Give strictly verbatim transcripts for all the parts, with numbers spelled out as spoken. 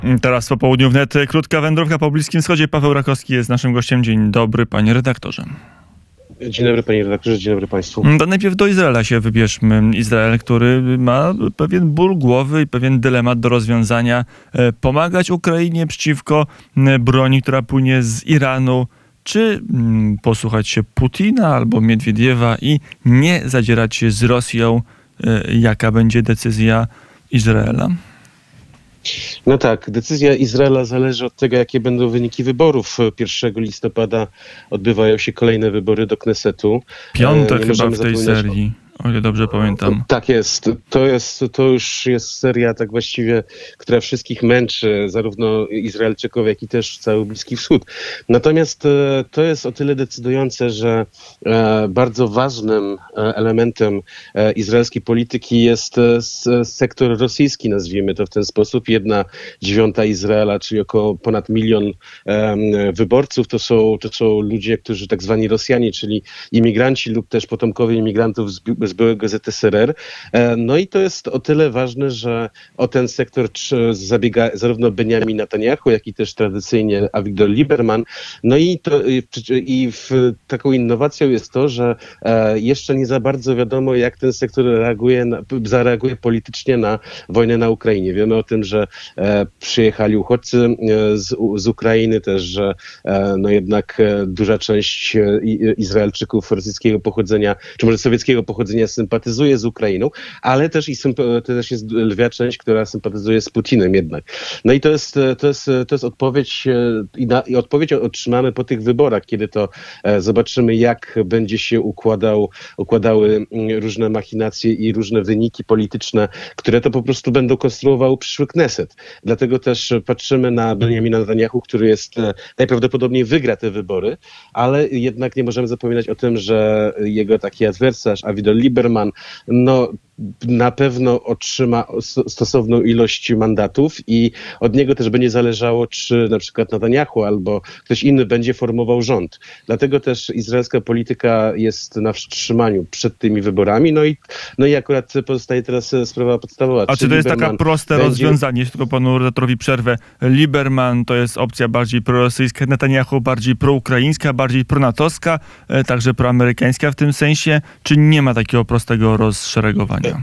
Teraz po południu wnet krótka wędrówka po Bliskim Wschodzie. Paweł Rakowski jest naszym gościem. Dzień dobry, panie redaktorze. Dzień dobry, panie redaktorze, dzień dobry państwu. To najpierw do Izraela się wybierzmy. Izrael, który ma pewien ból głowy i pewien dylemat do rozwiązania. Pomagać Ukrainie przeciwko broni, która płynie z Iranu, czy posłuchać się Putina albo Miedwiediewa i nie zadzierać się z Rosją? Jaka będzie decyzja Izraela? No tak, decyzja Izraela zależy od tego, jakie będą wyniki wyborów. pierwszego listopada odbywają się kolejne wybory do Knesetu. Piąte Nie chyba w tej serii, o ile dobrze pamiętam. Tak jest. To jest, to już jest seria tak właściwie, która wszystkich męczy, zarówno Izraelczyków, jak i też cały Bliski Wschód. Natomiast e, to jest o tyle decydujące, że e, bardzo ważnym e, elementem e, izraelskiej polityki jest e, s, sektor rosyjski, nazwijmy to w ten sposób. Jedna dziewiąta Izraela, czyli około ponad milion e, wyborców, to są, to są ludzie, którzy tak zwani Rosjanie, czyli imigranci lub też potomkowie imigrantów z, z byłego Z S R R. No i to jest o tyle ważne, że o ten sektor zabiega zarówno Benjamin Netanyahu, jak i też tradycyjnie Avigdor Lieberman. No i, to, i w, taką innowacją jest to, że jeszcze nie za bardzo wiadomo, jak ten sektor reaguje na, zareaguje politycznie na wojnę na Ukrainie. Wiemy o tym, że przyjechali uchodźcy z, z Ukrainy też, że no jednak duża część Izraelczyków rosyjskiego pochodzenia, czy może sowieckiego pochodzenia sympatyzuje z Ukrainą, ale też, i symp- też jest lwia część, która sympatyzuje z Putinem jednak. No i to jest, to jest, to jest odpowiedź i, na, i odpowiedź otrzymamy po tych wyborach, kiedy to e, zobaczymy, jak będzie się układał, układały różne machinacje i różne wyniki polityczne, które to po prostu będą konstruowały przyszły Kneset. Dlatego też patrzymy na Benjamina Netanyahu, który jest e, najprawdopodobniej wygra te wybory, ale jednak nie możemy zapominać o tym, że jego taki adwersarz, Avigdor Lieberman, no na pewno otrzyma stosowną ilość mandatów i od niego też będzie zależało, czy na przykład Netanyahu albo ktoś inny będzie formował rząd. Dlatego też izraelska polityka jest na wstrzymaniu przed tymi wyborami. No i, no i akurat pozostaje teraz sprawa podstawowa. A czy, czy to jest taka proste będzie... rozwiązanie, jeśli tylko panu redaktorowi przerwę? Lieberman to jest opcja bardziej prorosyjska, Netanyahu bardziej proukraińska, bardziej pronatowska, także proamerykańska w tym sensie, czy nie ma takiego prostego rozszeregowania?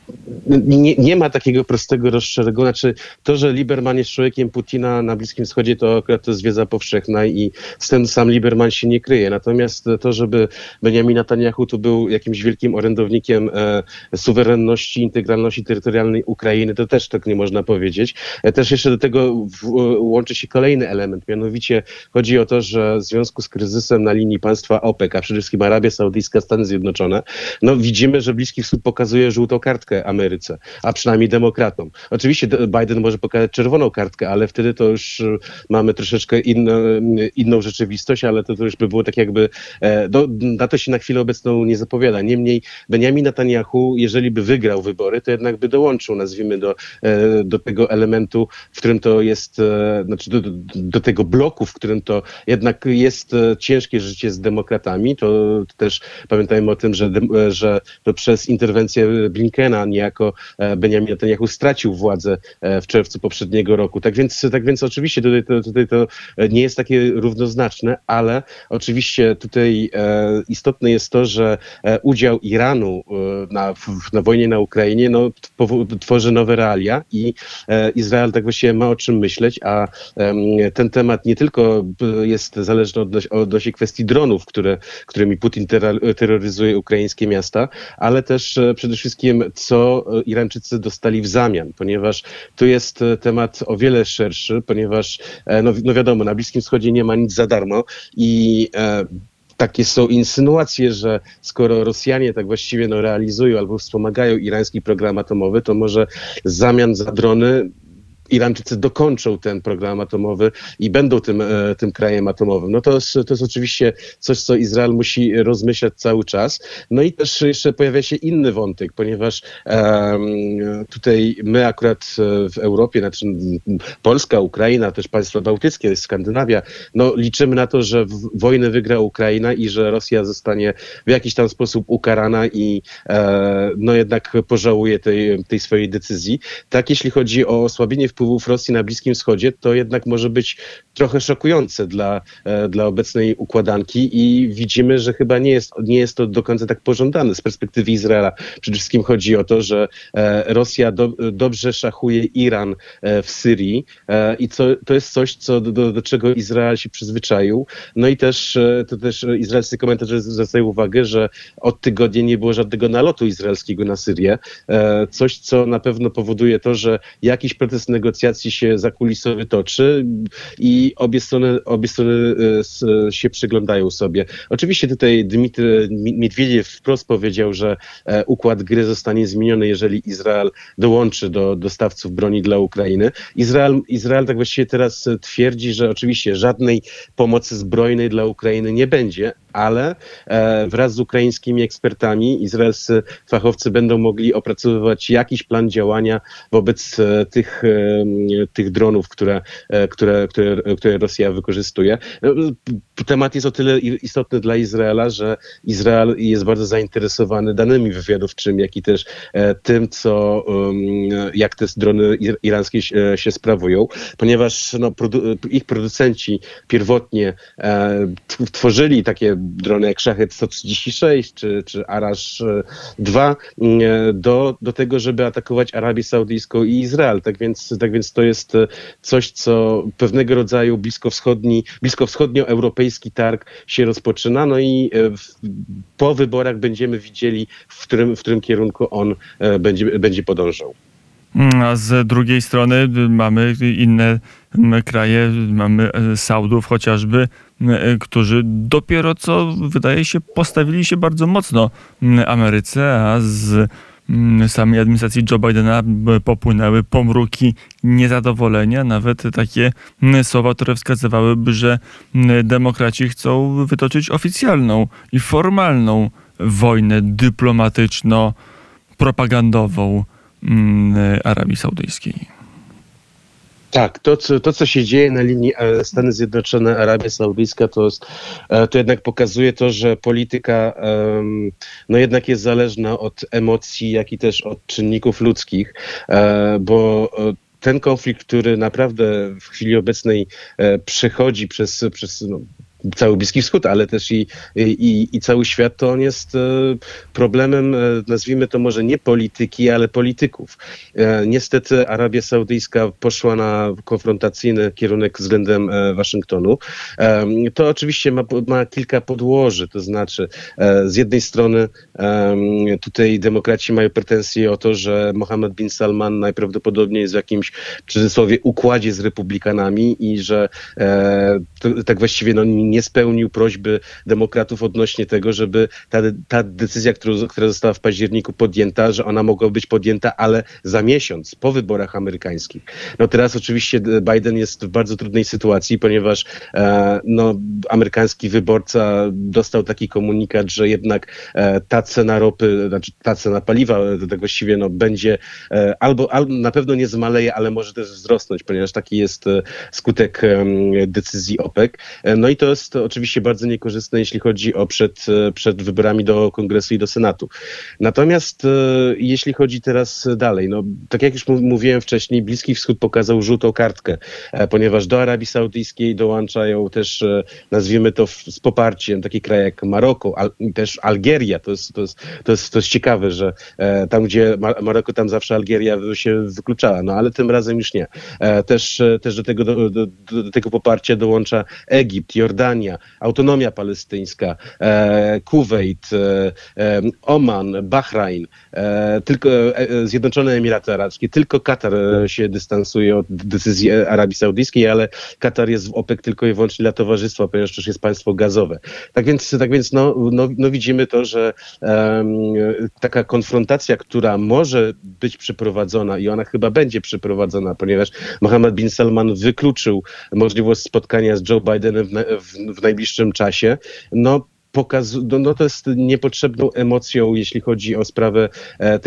Nie, nie ma takiego prostego rozszerzenia. Znaczy, to, że Lieberman jest człowiekiem Putina na Bliskim Wschodzie, to akurat to jest wiedza powszechna i z tym sam Lieberman się nie kryje. Natomiast to, żeby Benjamin Netanyahu tu był jakimś wielkim orędownikiem e, suwerenności, integralności terytorialnej Ukrainy, to też tak nie można powiedzieć. E, też jeszcze do tego w, łączy się kolejny element, mianowicie chodzi o to, że w związku z kryzysem na linii państwa OPEC, a przede wszystkim Arabia Saudyjska, Stany Zjednoczone, no widzimy, że Bliski Wschód pokazuje żółtą kartkę Ameryce, a przynajmniej demokratom. Oczywiście Biden może pokazać czerwoną kartkę, ale wtedy to już mamy troszeczkę inno, inną rzeczywistość, ale to, to już by było tak jakby, do, na to się na chwilę obecną nie zapowiada. Niemniej Benjamin Netanyahu, jeżeli by wygrał wybory, to jednak by dołączył, nazwijmy, do, do tego elementu, w którym to jest, znaczy do, do tego bloku, w którym to jednak jest ciężkie życie z demokratami. To, to też pamiętajmy o tym, że, że to przez interwencję Blinkena niejako Benjamin Netanyahu stracił władzę w czerwcu poprzedniego roku. Tak więc, tak więc oczywiście tutaj to, tutaj to nie jest takie równoznaczne, ale oczywiście tutaj e, istotne jest to, że e, udział Iranu e, na, w, na wojnie na Ukrainie no, tworzy nowe realia i e, Izrael tak właściwie ma o czym myśleć, a e, ten temat nie tylko jest zależny od, odnośnie kwestii dronów, które, którymi Putin ter- terroryzuje ukraińskie miasta, ale też e, przede wszystkim co Irańczycy dostali w zamian, ponieważ tu jest temat o wiele szerszy, ponieważ no, no wiadomo, na Bliskim Wschodzie nie ma nic za darmo i e, takie są insynuacje, że skoro Rosjanie tak właściwie no, realizują albo wspomagają irański program atomowy, to może w zamian za drony Irańczycy dokończą ten program atomowy i będą tym, e, tym krajem atomowym. No to jest, to jest oczywiście coś, co Izrael musi rozmyślać cały czas. No i też jeszcze pojawia się inny wątek, ponieważ e, tutaj my akurat w Europie, znaczy Polska, Ukraina, też państwa bałtyckie, Skandynawia, no liczymy na to, że wojnę wygra Ukraina i że Rosja zostanie w jakiś tam sposób ukarana i e, no jednak pożałuje tej, tej swojej decyzji. Tak, jeśli chodzi o osłabienie wpływów Rosji na Bliskim Wschodzie, to jednak może być trochę szokujące dla, e, dla obecnej układanki i widzimy, że chyba nie jest, nie jest to do końca tak pożądane z perspektywy Izraela. Przede wszystkim chodzi o to, że e, Rosja do, dobrze szachuje Iran e, w Syrii e, i co, to jest coś, co, do, do czego Izrael się przyzwyczaił. No i też, e, to też izraelscy komentarze zwracają uwagę, że od tygodnia nie było żadnego nalotu izraelskiego na Syrię. E, coś, co na pewno powoduje to, że jakiś proces negocjacji się zakulisowy toczy i obie strony, obie strony e, się przyglądają sobie. Oczywiście tutaj Dmitry Miedwiediew wprost powiedział, że e, układ gry zostanie zmieniony, jeżeli Izrael dołączy do dostawców broni dla Ukrainy. Izrael, Izrael tak właściwie teraz twierdzi, że oczywiście żadnej pomocy zbrojnej dla Ukrainy nie będzie, ale e, wraz z ukraińskimi ekspertami izraelscy fachowcy będą mogli opracowywać jakiś plan działania wobec e, tych, e, tych dronów, które, e, które, które, które Rosja wykorzystuje. Temat jest o tyle istotny dla Izraela, że Izrael jest bardzo zainteresowany danymi wywiadowczymi, jak i też e, tym, co, um, jak te drony irańskie się, się sprawują, ponieważ no, produ- ich producenci pierwotnie e, tworzyli takie drony jak Shahed sto trzydzieści sześć czy, czy Arash dwa do, do tego, żeby atakować Arabię Saudyjską i Izrael. Tak więc, tak więc to jest coś, co pewnego rodzaju bliskowschodni, bliskowschodnioeuropejski targ się rozpoczyna. No i w, po wyborach będziemy widzieli, w którym, w którym kierunku on będzie, będzie podążał. A z drugiej strony mamy inne kraje, mamy Saudów chociażby, którzy dopiero co, wydaje się, postawili się bardzo mocno Ameryce, a z samej administracji Joe Bidena popłynęły pomruki niezadowolenia, nawet takie słowa, które wskazywałyby, że demokraci chcą wytoczyć oficjalną i formalną wojnę dyplomatyczno-propagandową Arabii Saudyjskiej. Tak, to co, to co się dzieje na linii Stany Zjednoczone, Arabia Saudyjska, to, jest, to jednak pokazuje to, że polityka no jednak jest zależna od emocji, jak i też od czynników ludzkich, bo ten konflikt, który naprawdę w chwili obecnej przechodzi przez, przez no, cały Bliski Wschód, ale też i, i, i cały świat, to on jest problemem, nazwijmy to może nie polityki, ale polityków. Niestety Arabia Saudyjska poszła na konfrontacyjny kierunek względem Waszyngtonu. To oczywiście ma, ma kilka podłoży, to znaczy z jednej strony tutaj demokraci mają pretensje o to, że Mohammed bin Salman najprawdopodobniej jest w jakimś, w cudzysłowie, układzie z republikanami i że to, tak właściwie no, nie spełnił prośby demokratów odnośnie tego, żeby ta, ta decyzja, którą, która została w październiku podjęta, że ona mogła być podjęta, ale za miesiąc, po wyborach amerykańskich. No teraz oczywiście Biden jest w bardzo trudnej sytuacji, ponieważ e, no, amerykański wyborca dostał taki komunikat, że jednak e, ta cena ropy, znaczy ta cena paliwa, tak właściwie no, będzie e, albo, albo na pewno nie zmaleje, ale może też wzrosnąć, ponieważ taki jest e, skutek e, decyzji OPEC. E, no i to jest to oczywiście bardzo niekorzystne, jeśli chodzi o przed, przed wyborami do Kongresu i do Senatu. Natomiast e, jeśli chodzi teraz dalej, no tak jak już mówiłem wcześniej, Bliski Wschód pokazał żółtą kartkę, e, ponieważ do Arabii Saudyjskiej dołączają też, e, nazwijmy to w, z poparciem, takie kraje jak Maroko, al, też Algieria. To jest, to jest, to jest, to jest ciekawe, że e, tam, gdzie Mar- Maroko, tam zawsze Algieria się wykluczała, no ale tym razem już nie. E, też, też do tego, do, do, do tego poparcia dołącza Egipt, Jordania, autonomia palestyńska, e, Kuwejt, e, Oman, Bahrajn, e, tylko e, Zjednoczone Emiraty Arabskie, tylko Katar się dystansuje od decyzji Arabii Saudyjskiej, ale Katar jest w OPEC tylko i wyłącznie dla towarzystwa, ponieważ też jest państwo gazowe. Tak więc, tak więc no, no, no widzimy to, że um, taka konfrontacja, która może być przeprowadzona i ona chyba będzie przeprowadzona, ponieważ Mohammed bin Salman wykluczył możliwość spotkania z Joe Bidenem w, na, w, w najbliższym czasie, no, pokaz, no, no to jest niepotrzebną emocją, jeśli chodzi o sprawę e, tej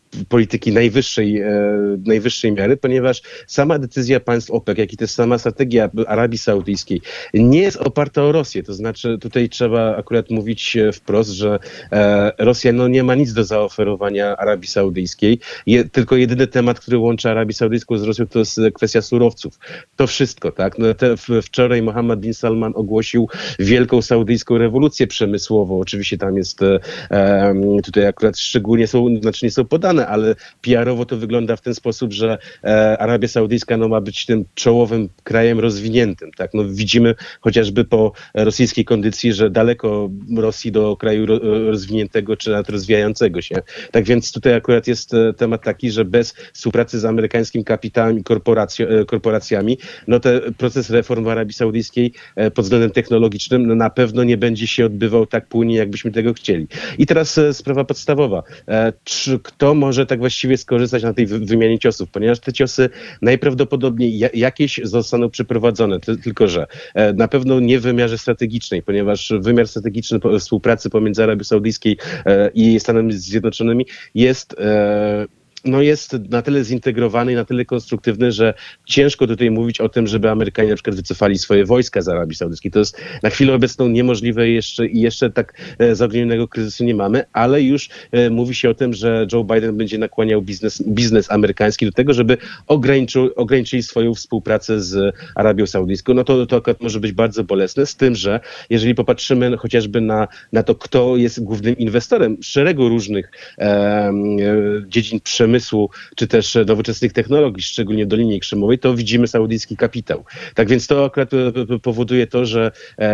polityki najwyższej, e, najwyższej miary, ponieważ sama decyzja państw OPEC, jak i też sama strategia Arabii Saudyjskiej nie jest oparta o Rosję. To znaczy tutaj trzeba akurat mówić wprost, że e, Rosja no, nie ma nic do zaoferowania Arabii Saudyjskiej. Je, tylko jedyny temat, który łączy Arabię Saudyjską z Rosją, to jest kwestia surowców. To wszystko, tak? No, te, w, wczoraj Mohammed bin Salman ogłosił wielką saudyjską rewolucję przemysłową. Oczywiście tam jest e, tutaj akurat szczególnie są, znaczy nie są podane, ale P R owo to wygląda w ten sposób, że e, Arabia Saudyjska no, ma być tym czołowym krajem rozwiniętym. Tak? No, widzimy chociażby po rosyjskiej kondycji, że daleko Rosji do kraju ro, rozwiniętego czy nawet rozwijającego się. Tak więc tutaj akurat jest e, temat taki, że bez współpracy z amerykańskim kapitałem i korporacjo, e, korporacjami, no ten proces reform w Arabii Saudyjskiej e, pod względem technologicznym no, na pewno nie będzie się odbywał tak płynnie, jakbyśmy tego chcieli. I teraz e, sprawa podstawowa. E, czy kto może tak właściwie skorzystać na tej wy- wymianie ciosów? Ponieważ te ciosy najprawdopodobniej ja- jakieś zostaną przeprowadzone, ty- tylko że e, na pewno nie w wymiarze strategicznej, ponieważ wymiar strategiczny po- współpracy pomiędzy Arabią Saudyjskiej e, i Stanami Zjednoczonymi jest e, no jest na tyle zintegrowany i na tyle konstruktywny, że ciężko tutaj mówić o tym, żeby Amerykanie na przykład wycofali swoje wojska z Arabii Saudyjskiej. To jest na chwilę obecną niemożliwe jeszcze i jeszcze tak e, zaognionego kryzysu nie mamy, ale już e, mówi się o tym, że Joe Biden będzie nakłaniał biznes, biznes amerykański do tego, żeby ograniczył, ograniczyli swoją współpracę z Arabią Saudyjską. No to, to akurat może być bardzo bolesne, z tym, że jeżeli popatrzymy no, chociażby na, na to, kto jest głównym inwestorem szeregu różnych e, e, dziedzin przemysłu, czy też nowoczesnych technologii, szczególnie w Dolinie Krzemowej, to widzimy saudyjski kapitał. Tak więc to akurat powoduje to, że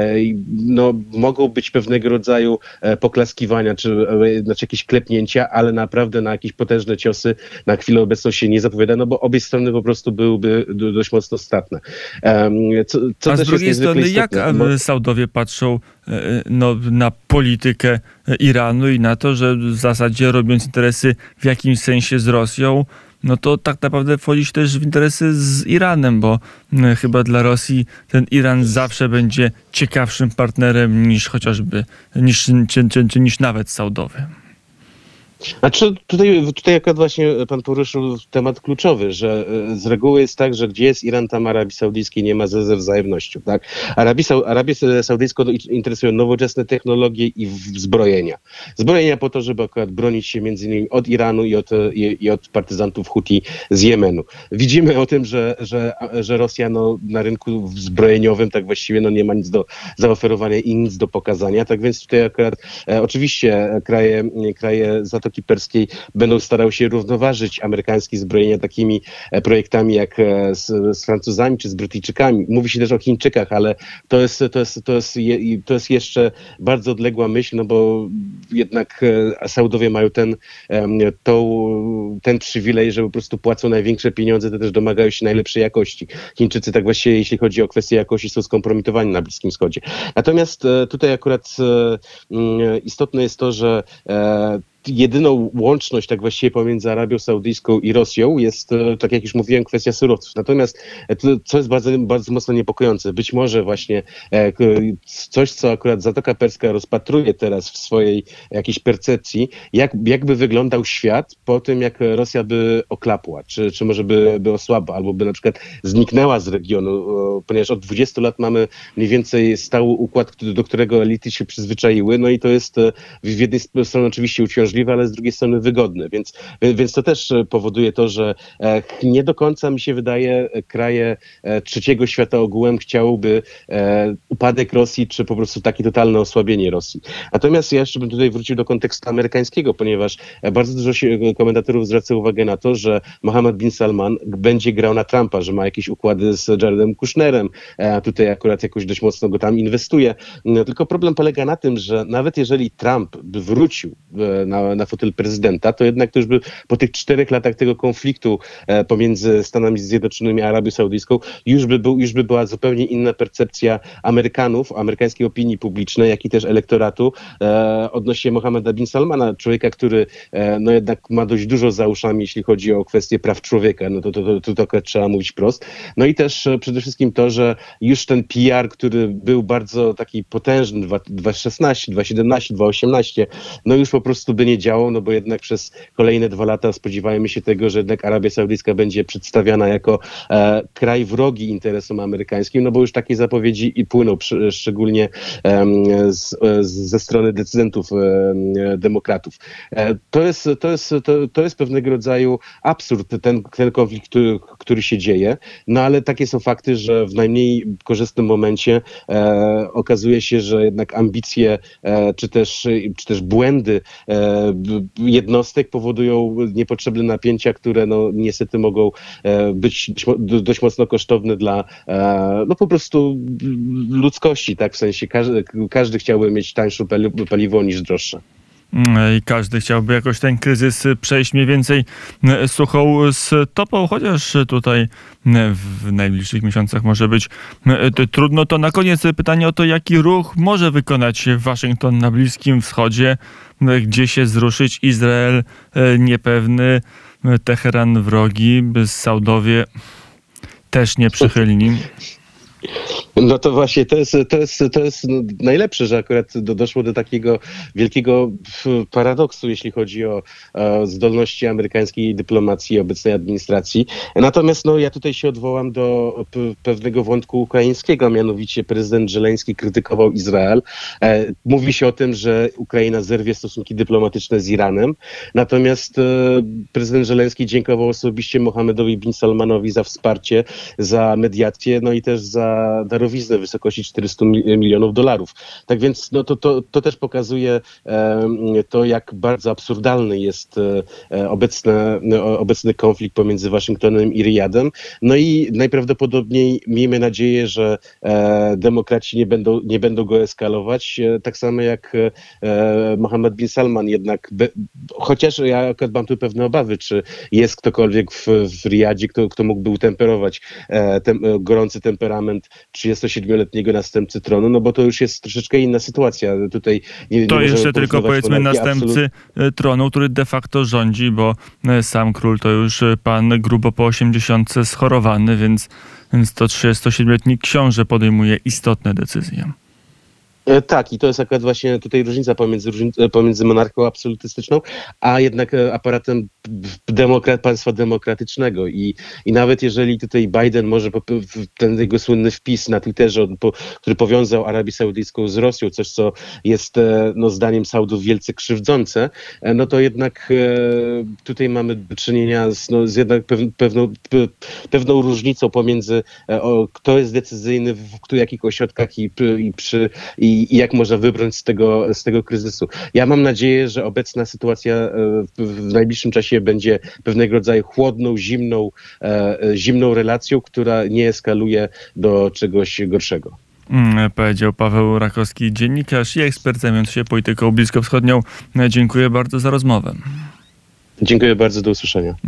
no, mogą być pewnego rodzaju poklaskiwania, czy znaczy jakieś klepnięcia, ale naprawdę na jakieś potężne ciosy na chwilę obecną się nie zapowiada, no bo obie strony po prostu byłyby dość mocno stratne. Co, co A z też drugiej jest strony, istotne, jak bo... Saudowie patrzą no, na politykę Iranu i na to, że w zasadzie robiąc interesy w jakimś sensie z Rosją, no to tak naprawdę wchodzić też w interesy z Iranem, bo chyba dla Rosji ten Iran zawsze będzie ciekawszym partnerem niż chociażby, niż, czy, czy, czy niż nawet Saudowie. Znaczy tutaj, tutaj akurat właśnie pan poruszył temat kluczowy, że z reguły jest tak, że gdzie jest Iran, tam Arabii Saudyjskiej nie ma ze, ze wzajemnością. Tak? Arabii, Arabię Saudyjską interesują nowoczesne technologie i zbrojenia. Zbrojenia po to, żeby akurat bronić się między innymi od Iranu i od, i, i od partyzantów Huti z Jemenu. Widzimy o tym, że, że, że Rosja no, na rynku zbrojeniowym tak właściwie no, nie ma nic do zaoferowania i nic do pokazania. Tak więc tutaj akurat e, oczywiście kraje, kraje Zatoki Perskiej będą starały się równoważyć amerykańskie zbrojenia takimi projektami jak z, z Francuzami czy z Brytyjczykami. Mówi się też o Chińczykach, ale to jest, to jest, to jest, je, to jest jeszcze bardzo odległa myśl, no bo jednak Saudowie mają ten, tą, ten przywilej, że po prostu płacą największe pieniądze, to też domagają się najlepszej jakości. Chińczycy tak właściwie, jeśli chodzi o kwestię jakości, są skompromitowani na Bliskim Wschodzie. Natomiast tutaj akurat istotne jest to, że jedyną łączność tak właściwie pomiędzy Arabią Saudyjską i Rosją jest, tak jak już mówiłem, kwestia surowców. Natomiast to, co jest bardzo, bardzo mocno niepokojące, być może właśnie coś, co akurat Zatoka Perska rozpatruje teraz w swojej jakiejś percepcji, jak, jakby wyglądał świat po tym, jak Rosja by oklapła, czy, czy może by, by osłabła, albo by na przykład zniknęła z regionu, ponieważ od dwudziestu lat mamy mniej więcej stały układ, do którego elity się przyzwyczaiły, no i to jest w jednej stronie oczywiście uciążliwe, ale z drugiej strony wygodne, więc, więc to też powoduje to, że nie do końca mi się wydaje kraje trzeciego świata ogółem chciałyby upadek Rosji, czy po prostu takie totalne osłabienie Rosji. Natomiast ja jeszcze bym tutaj wrócił do kontekstu amerykańskiego, ponieważ bardzo dużo się komentatorów zwraca uwagę na to, że Mohammed bin Salman będzie grał na Trumpa, że ma jakieś układy z Jaredem Kushnerem, a tutaj akurat jakoś dość mocno go tam inwestuje. Tylko problem polega na tym, że nawet jeżeli Trump by wrócił na na fotel prezydenta, to jednak to już by po tych czterech latach tego konfliktu e, pomiędzy Stanami Zjednoczonymi a Arabią Saudyjską już by, był, już by była zupełnie inna percepcja Amerykanów, amerykańskiej opinii publicznej, jak i też elektoratu e, odnośnie Mohammeda bin Salmana, człowieka, który e, no jednak ma dość dużo za uszami, jeśli chodzi o kwestie praw człowieka, no to to, to, to, to, to trzeba mówić prost. No i też e, przede wszystkim to, że już ten P R, który był bardzo taki potężny, dwa tysiące szesnasty, dwa tysiące siedemnasty, dwa tysiące osiemnasty, no już po prostu by nie nie działo, no bo jednak przez kolejne dwa lata spodziewajmy się tego, że jednak Arabia Saudyjska będzie przedstawiana jako e, kraj wrogi interesom amerykańskim, no bo już takie zapowiedzi i płyną, przy, szczególnie e, z, z, ze strony decydentów e, demokratów. E, to, jest, to, jest, to, to jest pewnego rodzaju absurd, ten, ten konflikt, który, który się dzieje, no ale takie są fakty, że w najmniej korzystnym momencie e, okazuje się, że jednak ambicje e, czy, też, czy też błędy e, jednostek powodują niepotrzebne napięcia, które no, niestety mogą e, być dość mocno kosztowne dla e, no po prostu ludzkości, tak? W sensie każdy, każdy chciałby mieć tańsze paliwo niż droższe. I każdy chciałby jakoś ten kryzys przejść mniej więcej suchą stopą, chociaż tutaj w najbliższych miesiącach może być trudno. To na koniec pytanie o to, jaki ruch może wykonać Waszyngton na Bliskim Wschodzie, gdzie się zruszyć. Izrael niepewny, Teheran wrogi, Saudowie też nieprzychylni. No to właśnie to jest, to jest, to jest no najlepsze, że akurat do, doszło do takiego wielkiego paradoksu, jeśli chodzi o, o zdolności amerykańskiej dyplomacji i obecnej administracji. Natomiast no, ja tutaj się odwołam do p- pewnego wątku ukraińskiego, mianowicie prezydent Żeleński krytykował Izrael. E, mówi się o tym, że Ukraina zerwie stosunki dyplomatyczne z Iranem, natomiast e, prezydent Żeleński dziękował osobiście Mohamedowi bin Salmanowi za wsparcie, za mediację, no i też za darowiznę w wysokości czterysta milionów dolarów. Tak więc no to, to, to też pokazuje e, to, jak bardzo absurdalny jest e, obecne, no, obecny konflikt pomiędzy Waszyngtonem i Riyadem. No i najprawdopodobniej miejmy nadzieję, że e, demokraci nie będą, nie będą go eskalować, e, tak samo jak e, Mohammed bin Salman jednak, be, chociaż ja akurat mam tu pewne obawy, czy jest ktokolwiek w, w Riyadzie, kto, kto mógłby utemperować e, tem, gorący temperament trzydziestosiedmioletniego następcy tronu, no bo to już jest troszeczkę inna sytuacja. Tutaj nie, to nie jeszcze tylko powiedzmy następcy absolut... tronu, który de facto rządzi, bo sam król to już pan grubo po osiemdziesiątce schorowany, więc, więc to trzydziestosiedmioletni książę podejmuje istotne decyzje. Tak, i to jest akurat właśnie tutaj różnica pomiędzy, pomiędzy monarchią absolutystyczną, a jednak aparatem demokrat, państwa demokratycznego. I, I nawet jeżeli tutaj Biden może, ten jego słynny wpis na Twitterze, który powiązał Arabię Saudyjską z Rosją, coś co jest no, zdaniem Saudów wielce krzywdzące, no to jednak tutaj mamy do czynienia z, no, z jednak pewną, pewną różnicą pomiędzy o, kto jest decyzyjny w jakich ośrodkach i, i przy i I, i jak można wybrnąć z tego, z tego kryzysu. Ja mam nadzieję, że obecna sytuacja w, w najbliższym czasie będzie pewnego rodzaju chłodną, zimną, e, zimną relacją, która nie eskaluje do czegoś gorszego. Mm, powiedział Paweł Rakowski, dziennikarz i ekspert zajmujący się polityką bliskowschodnią. Dziękuję bardzo za rozmowę. Dziękuję bardzo, do usłyszenia.